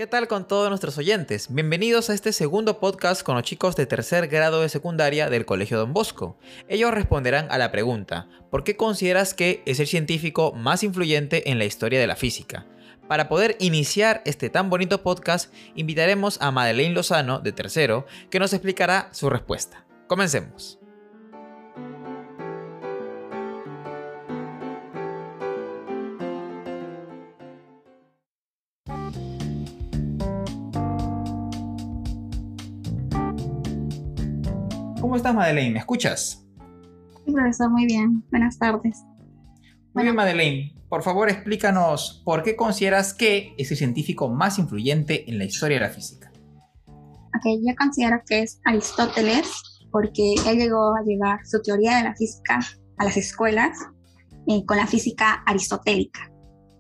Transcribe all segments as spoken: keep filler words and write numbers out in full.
¿Qué tal con todos nuestros oyentes? Bienvenidos a este segundo podcast con los chicos de tercer grado de secundaria del Colegio Don Bosco. Ellos responderán a la pregunta: ¿por qué consideras que es el científico más influyente en la historia de la física? Para poder iniciar este tan bonito podcast, invitaremos a Madeleine Lozano, de tercero, que nos explicará su respuesta. Comencemos. ¿Cómo estás, Madeleine? ¿Me escuchas? Sí, profesor, muy bien. Buenas tardes. Muy Bueno, bien, Madeleine. Por favor, explícanos por qué consideras que es el científico más influyente en la historia de la física. ok, yo considero que es Aristóteles porque él llegó a llevar su teoría de la física a las escuelas eh, con la física aristotélica.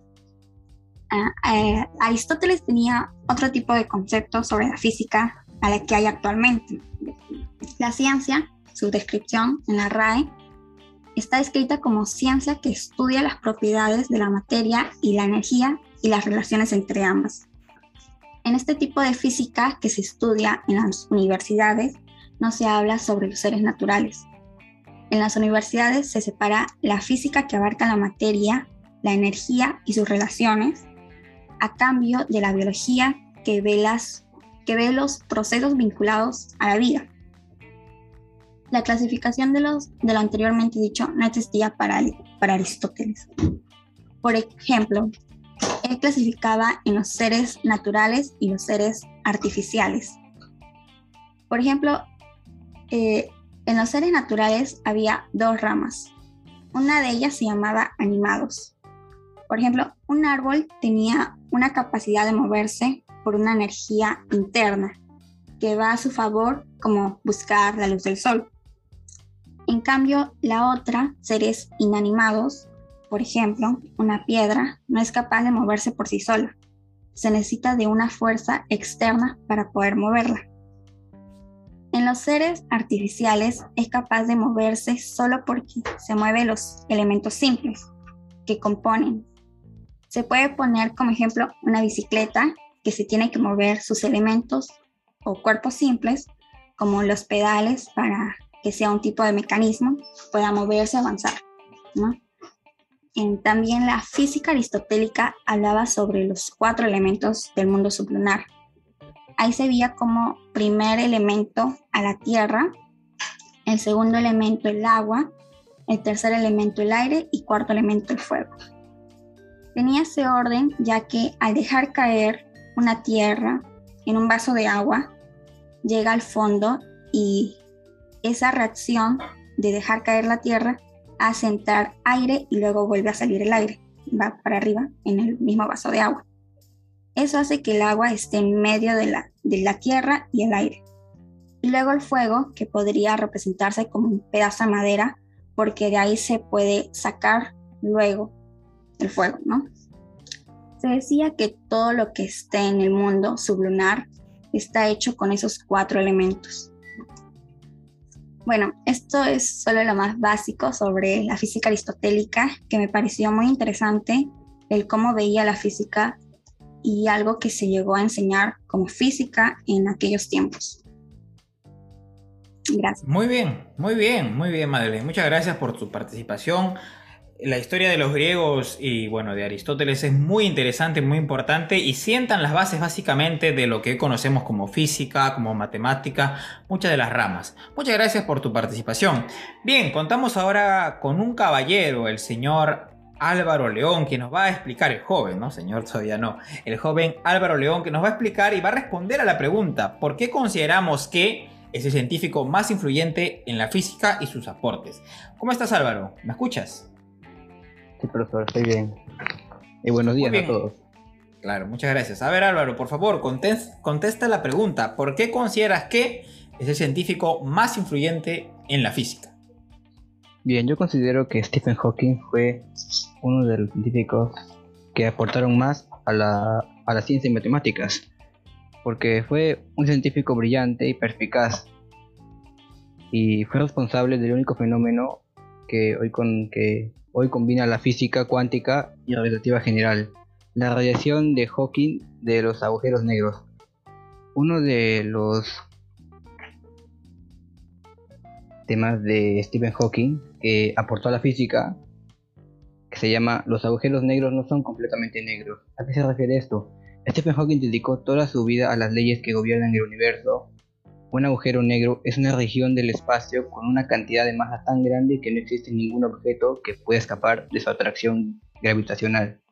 Ah, eh, Aristóteles tenía otro tipo de conceptos sobre la física a la que hay actualmente. La ciencia, su descripción en la R A E, está descrita como ciencia que estudia las propiedades de la materia y la energía y las relaciones entre ambas. En este tipo de física que se estudia en las universidades, no se habla sobre los seres naturales. En las universidades se separa la física que abarca la materia, la energía y sus relaciones, a cambio de la biología que ve, las, que ve los procesos vinculados a la vida. La clasificación de, los, de lo anteriormente dicho no existía para, para Aristóteles. Por ejemplo, él clasificaba en los seres naturales y los seres artificiales. Por ejemplo, eh, en los seres naturales había dos ramas. Una de ellas se llamaba animados. Por ejemplo, un árbol tenía una capacidad de moverse por una energía interna que va a su favor, como buscar la luz del sol. En cambio, la otra, seres inanimados, por ejemplo, una piedra, no es capaz de moverse por sí sola. Se necesita de una fuerza externa para poder moverla. En los seres artificiales es capaz de moverse solo porque se mueven los elementos simples que componen. Se puede poner como ejemplo una bicicleta que se tiene que mover sus elementos o cuerpos simples, como los pedales para que sea un tipo de mecanismo, pueda moverse y avanzar, ¿no? En, también la física aristotélica hablaba sobre los cuatro elementos del mundo sublunar. Ahí se veía como primer elemento a la tierra, el segundo elemento el agua, el tercer elemento el aire y cuarto elemento el fuego. Tenía ese orden ya que al dejar caer una tierra en un vaso de agua, llega al fondo y esa reacción de dejar caer la tierra hace entrar aire y luego vuelve a salir el aire, va para arriba en el mismo vaso de agua. Eso hace que el agua esté en medio de la, de la tierra y el aire. Y luego el fuego, que podría representarse como un pedazo de madera, porque de ahí se puede sacar luego el fuego, ¿no? Se decía que todo lo que esté en el mundo sublunar está hecho con esos cuatro elementos. Bueno, esto es solo lo más básico sobre la física aristotélica, que me pareció muy interesante el cómo veía la física y algo que se llegó a enseñar como física en aquellos tiempos. Gracias. Muy bien, muy bien, muy bien, Madeleine. Muchas gracias por tu participación. La historia de los griegos y bueno, de Aristóteles es muy interesante, muy importante y sientan las bases básicamente de lo que hoy conocemos como física, como matemática, muchas de las ramas. Muchas gracias por tu participación. Bien, contamos ahora con un caballero, el señor Álvaro León, que nos va a explicar, el joven, ¿no? Señor, todavía no. El joven Álvaro León, que nos va a explicar y va a responder a la pregunta: ¿por qué consideramos que es el científico más influyente en la física y sus aportes? ¿Cómo estás, Álvaro? ¿Me escuchas? Sí, profesor, estoy bien. Y buenos días a todos. Claro, muchas gracias. A ver, Álvaro, por favor, contesta, contesta la pregunta. ¿Por qué consideras que es el científico más influyente en la física? Bien, yo considero que Stephen Hawking fue uno de los científicos que aportaron más a la, a la ciencia y matemáticas, porque fue un científico brillante y perspicaz, y fue responsable del único fenómeno que hoy, con, que hoy combina la física cuántica y la relativa general, la radiación de Hawking de los agujeros negros. Uno de los temas de Stephen Hawking que aportó a la física, que se llama "Los agujeros negros no son completamente negros". ¿A qué se refiere esto? Stephen Hawking dedicó toda su vida a las leyes que gobiernan el universo. Un agujero negro es una región del espacio con una cantidad de masa tan grande que no existe ningún objeto que pueda escapar de su atracción gravitacional.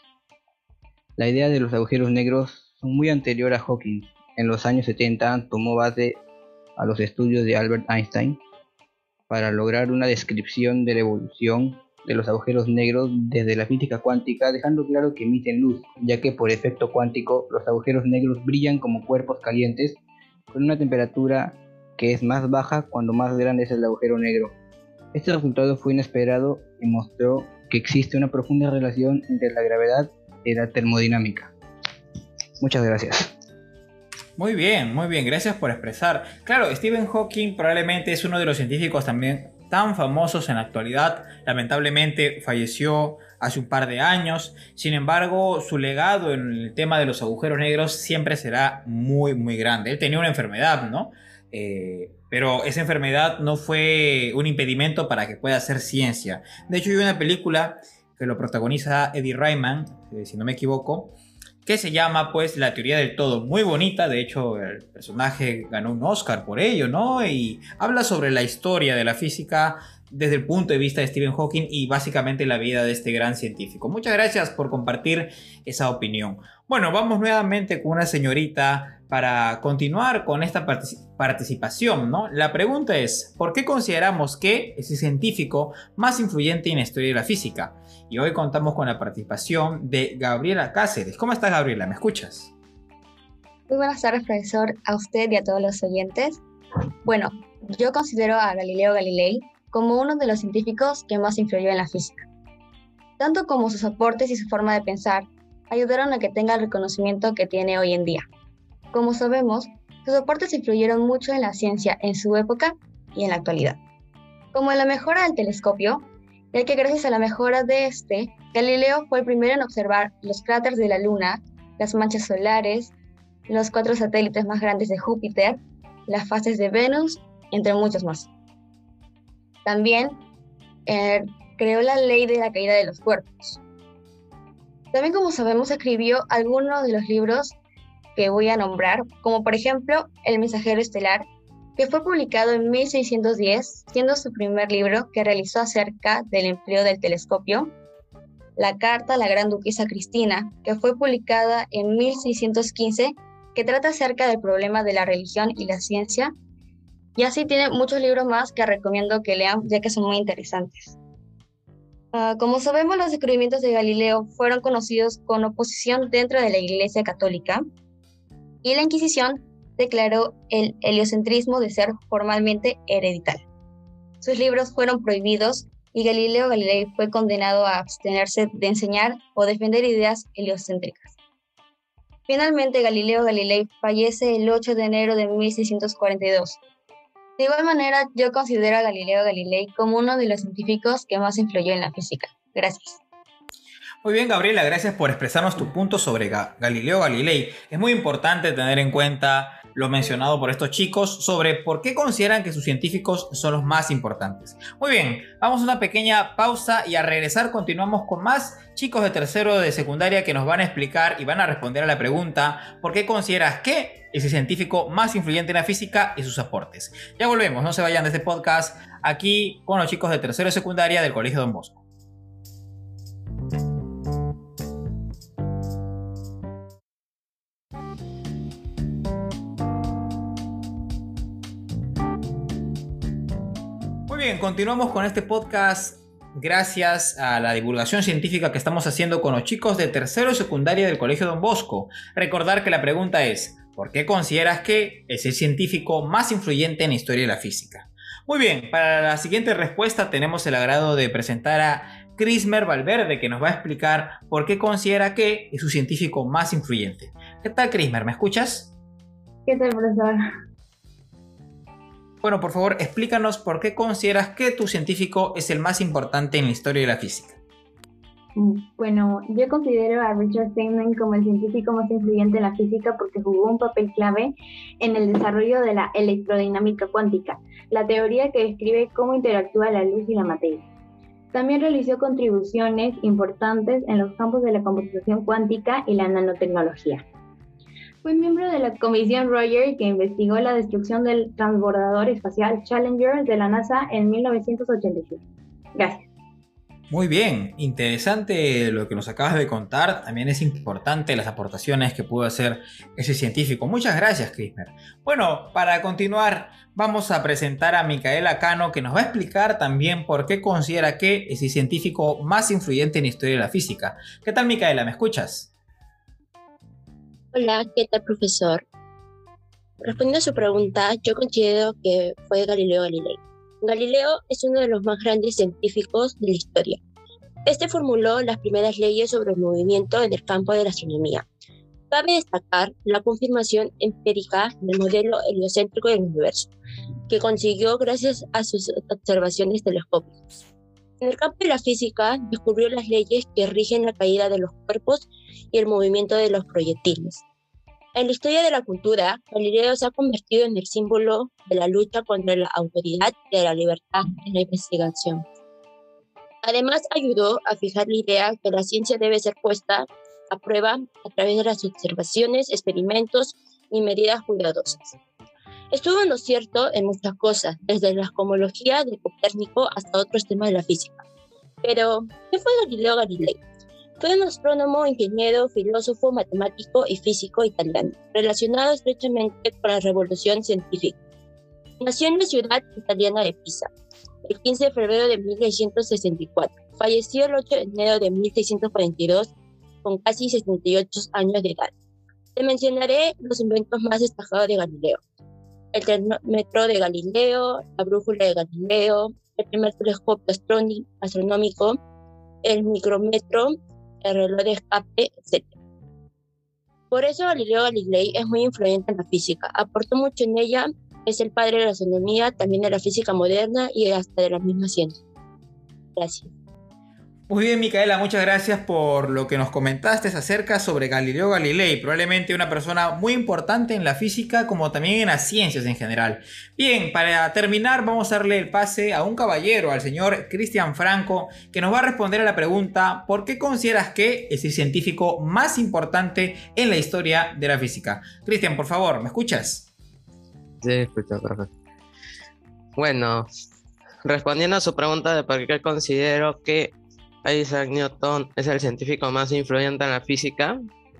La idea de los agujeros negros son muy anterior a Hawking. En los años setenta tomó base a los estudios de Albert Einstein para lograr una descripción de la evolución de los agujeros negros desde la física cuántica, dejando claro que emiten luz, ya que por efecto cuántico los agujeros negros brillan como cuerpos calientes con una temperatura que es más baja cuando más grande es el agujero negro. Este resultado fue inesperado y mostró que existe una profunda relación entre la gravedad y la termodinámica. Muchas gracias. Muy bien, muy bien, gracias por expresar. Claro, Stephen Hawking probablemente es uno de los científicos también tan famosos en la actualidad. Lamentablemente falleció hace un par de años. Sin embargo, su legado en el tema de los agujeros negros siempre será muy, muy grande. Él tenía una enfermedad, ¿no? Eh, pero esa enfermedad no fue un impedimento para que pueda hacer ciencia. De hecho, hay una película que lo protagoniza Eddie Redmayne, eh, si no me equivoco, que se llama pues La teoría del todo, muy bonita. De hecho, el personaje ganó un Oscar por ello, ¿no? Y habla sobre la historia de la física desde el punto de vista de Stephen Hawking y básicamente la vida de este gran científico. Muchas gracias por compartir esa opinión. Bueno, vamos nuevamente con una señorita para continuar con esta partic- participación, ¿no? La pregunta es, ¿por qué consideramos que es el científico más influyente en la historia de la física? Y hoy contamos con la participación de Gabriela Cáceres. ¿Cómo estás, Gabriela? ¿Me escuchas? Muy buenas tardes, profesor, a usted y a todos los oyentes. Bueno, yo considero a Galileo Galilei como uno de los científicos que más influyó en la física. Tanto como sus aportes y su forma de pensar ayudaron a que tenga el reconocimiento que tiene hoy en día. Como sabemos, sus aportes influyeron mucho en la ciencia en su época y en la actualidad. Como en la mejora del telescopio, ya que gracias a la mejora de este, Galileo fue el primero en observar los cráteres de la Luna, las manchas solares, los cuatro satélites más grandes de Júpiter, las fases de Venus, entre muchos más. También eh, creó la ley de la caída de los cuerpos. También, como sabemos, escribió algunos de los libros que voy a nombrar, como por ejemplo El mensajero estelar, que fue publicado en mil seiscientos diez, siendo su primer libro que realizó acerca del empleo del telescopio. La carta a la gran duquesa Cristina, que fue publicada en mil seiscientos quince, que trata acerca del problema de la religión y la ciencia. Y así tiene muchos libros más que recomiendo que lean, ya que son muy interesantes. Uh, como sabemos, los descubrimientos de Galileo fueron conocidos con oposición dentro de la Iglesia Católica, y la Inquisición declaró el heliocentrismo de ser formalmente hereditario. Sus libros fueron prohibidos y Galileo Galilei fue condenado a abstenerse de enseñar o defender ideas heliocéntricas. Finalmente, Galileo Galilei fallece el ocho de enero de mil seiscientos cuarenta y dos. De igual manera, yo considero a Galileo Galilei como uno de los científicos que más influyó en la física. Gracias. Muy bien, Gabriela, gracias por expresarnos tu punto sobre Ga- Galileo Galilei. Es muy importante tener en cuenta lo mencionado por estos chicos sobre por qué consideran que sus científicos son los más importantes. Muy bien, vamos a una pequeña pausa y al regresar continuamos con más chicos de tercero de secundaria que nos van a explicar y van a responder a la pregunta ¿por qué consideras que es el científico más influyente en la física y sus aportes? Ya volvemos, no se vayan de este podcast aquí con los chicos de tercero de secundaria del Colegio Don Bosco. Muy bien, continuamos con este podcast gracias a la divulgación científica que estamos haciendo con los chicos de tercero y secundaria del Colegio Don Bosco. Recordar que la pregunta es, ¿por qué consideras que es el científico más influyente en la historia de la física? Muy bien, para la siguiente respuesta tenemos el agrado de presentar a Crismer Valverde, que nos va a explicar por qué considera que es su científico más influyente. ¿Qué tal, Crismer? ¿Me escuchas? ¿Qué tal, profesor? Bueno, por favor, explícanos por qué consideras que tu científico es el más importante en la historia de la física. Bueno, yo considero a Richard Feynman como el científico más influyente en la física porque jugó un papel clave en el desarrollo de la electrodinámica cuántica, la teoría que describe cómo interactúa la luz y la materia. También realizó contribuciones importantes en los campos de la computación cuántica y la nanotecnología. Fue miembro de la Comisión Roger que investigó la destrucción del transbordador espacial Challenger de la NASA en mil novecientos ochenta y siete. Gracias. Muy bien, interesante lo que nos acabas de contar. También es importante las aportaciones que pudo hacer ese científico. Muchas gracias, Crismer. Bueno, para continuar, vamos a presentar a Micaela Cano, que nos va a explicar también por qué considera que es el científico más influyente en la historia de la física. ¿Qué tal, Micaela? ¿Me escuchas? Hola, ¿qué tal, profesor? Respondiendo a su pregunta, yo considero que fue Galileo Galilei. Galileo es uno de los más grandes científicos de la historia. Este formuló las primeras leyes sobre el movimiento en el campo de la astronomía. Cabe destacar la confirmación empírica del modelo heliocéntrico del universo, que consiguió gracias a sus observaciones telescópicas. En el campo de la física, descubrió las leyes que rigen la caída de los cuerpos y el movimiento de los proyectiles. En la historia de la cultura, Galileo se ha convertido en el símbolo de la lucha contra la autoridad y de la libertad en la investigación. Además, ayudó a fijar la idea que la ciencia debe ser puesta a prueba a través de las observaciones, experimentos y medidas cuidadosas. Estuvo en lo cierto en muchas cosas, desde la cosmología de Copérnico hasta otros temas de la física. Pero, ¿qué fue Galileo Galilei? Fue un astrónomo, ingeniero, filósofo, matemático y físico italiano, relacionado estrechamente con la revolución científica. Nació en la ciudad italiana de Pisa, el quince de febrero de mil seiscientos sesenta y cuatro. Falleció el ocho de enero de mil seiscientos cuarenta y dos, con casi sesenta y ocho años de edad. Te mencionaré los inventos más destacados de Galileo: el termómetro de Galileo, la brújula de Galileo, el primer telescopio astronómico, el micrómetro, el reloj de escape, etcétera. Por eso Galileo Galilei es muy influyente en la física. Aportó mucho en ella, es el padre de la astronomía, también de la física moderna y hasta de la misma ciencia. Gracias. Muy bien, Micaela, muchas gracias por lo que nos comentaste acerca sobre Galileo Galilei, probablemente una persona muy importante en la física como también en las ciencias en general. Bien, para terminar vamos a darle el pase a un caballero, al señor Cristian Franco, que nos va a responder a la pregunta: ¿por qué consideras que es el científico más importante en la historia de la física? Cristian, por favor, ¿me escuchas? Sí, escucho, perfecto. Bueno, respondiendo a su pregunta de por qué considero que Isaac Newton es el científico más influyente en la física,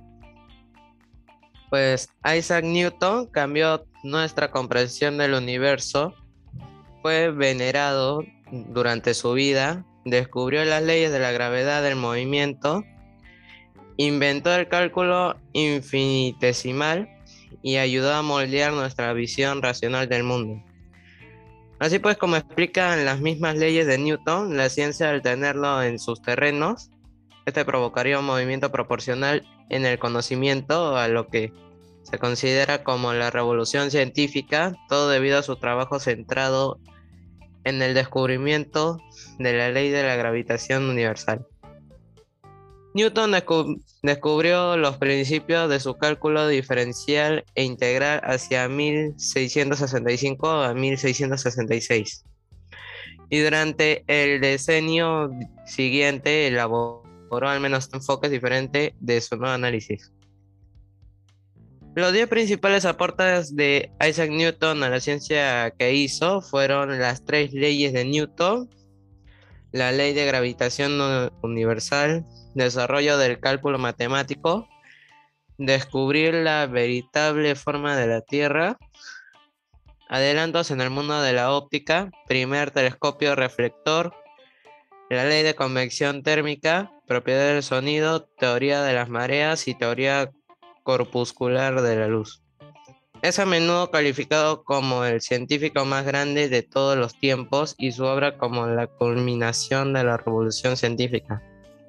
pues Isaac Newton cambió nuestra comprensión del universo, fue venerado durante su vida, descubrió las leyes de la gravedad del movimiento, inventó el cálculo infinitesimal y ayudó a moldear nuestra visión racional del mundo. Así pues, como explican las mismas leyes de Newton, la ciencia, al tenerlo en sus terrenos, este provocaría un movimiento proporcional en el conocimiento, a lo que se considera como la revolución científica, todo debido a su trabajo centrado en el descubrimiento de la ley de la gravitación universal. Newton descub- descubrió los principios de su cálculo diferencial e integral hacia mil seiscientos sesenta y cinco a mil seiscientos sesenta y seis. Y durante el decenio siguiente elaboró al menos enfoques diferentes de su nuevo análisis. Los diez principales aportes de Isaac Newton a la ciencia que hizo fueron las tres leyes de Newton, la ley de gravitación universal, desarrollo del cálculo matemático, descubrir la veritable forma de la Tierra, adelantos en el mundo de la óptica, primer telescopio reflector, la ley de convección térmica, propiedad del sonido, teoría de las mareas y teoría corpuscular de la luz. Es a menudo calificado como el científico más grande de todos los tiempos y su obra como la culminación de la revolución científica.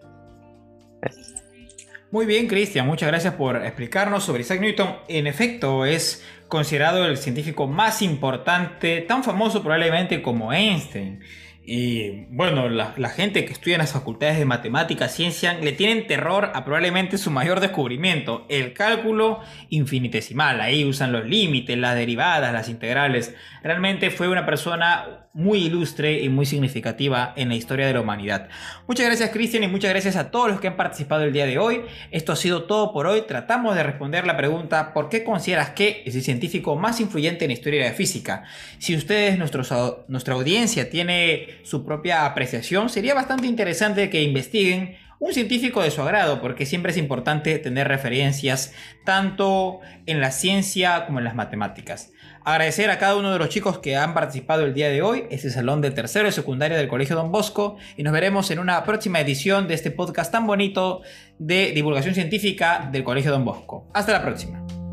Muy bien, Cristian, muchas gracias por explicarnos sobre Isaac Newton. En efecto, es considerado el científico más importante, tan famoso probablemente como Einstein. Y bueno, la, la gente que estudia en las facultades de matemáticas, ciencia, le tienen terror a probablemente su mayor descubrimiento, el cálculo infinitesimal. Ahí usan los límites, las derivadas, las integrales. Realmente fue una persona muy ilustre y muy significativa en la historia de la humanidad. Muchas gracias, Cristian, y muchas gracias a todos los que han participado el día de hoy. Esto ha sido todo por hoy. Tratamos de responder la pregunta: ¿por qué consideras que es el científico más influyente en la historia de la física? Si ustedes, nuestros, nuestra audiencia, tiene su propia apreciación, sería bastante interesante que investiguen un científico de su agrado, porque siempre es importante tener referencias tanto en la ciencia como en las matemáticas. Agradecer a cada uno de los chicos que han participado el día de hoy, este salón de tercero de secundaria del Colegio Don Bosco, y nos veremos en una próxima edición de este podcast tan bonito de divulgación científica del Colegio Don Bosco. Hasta la próxima.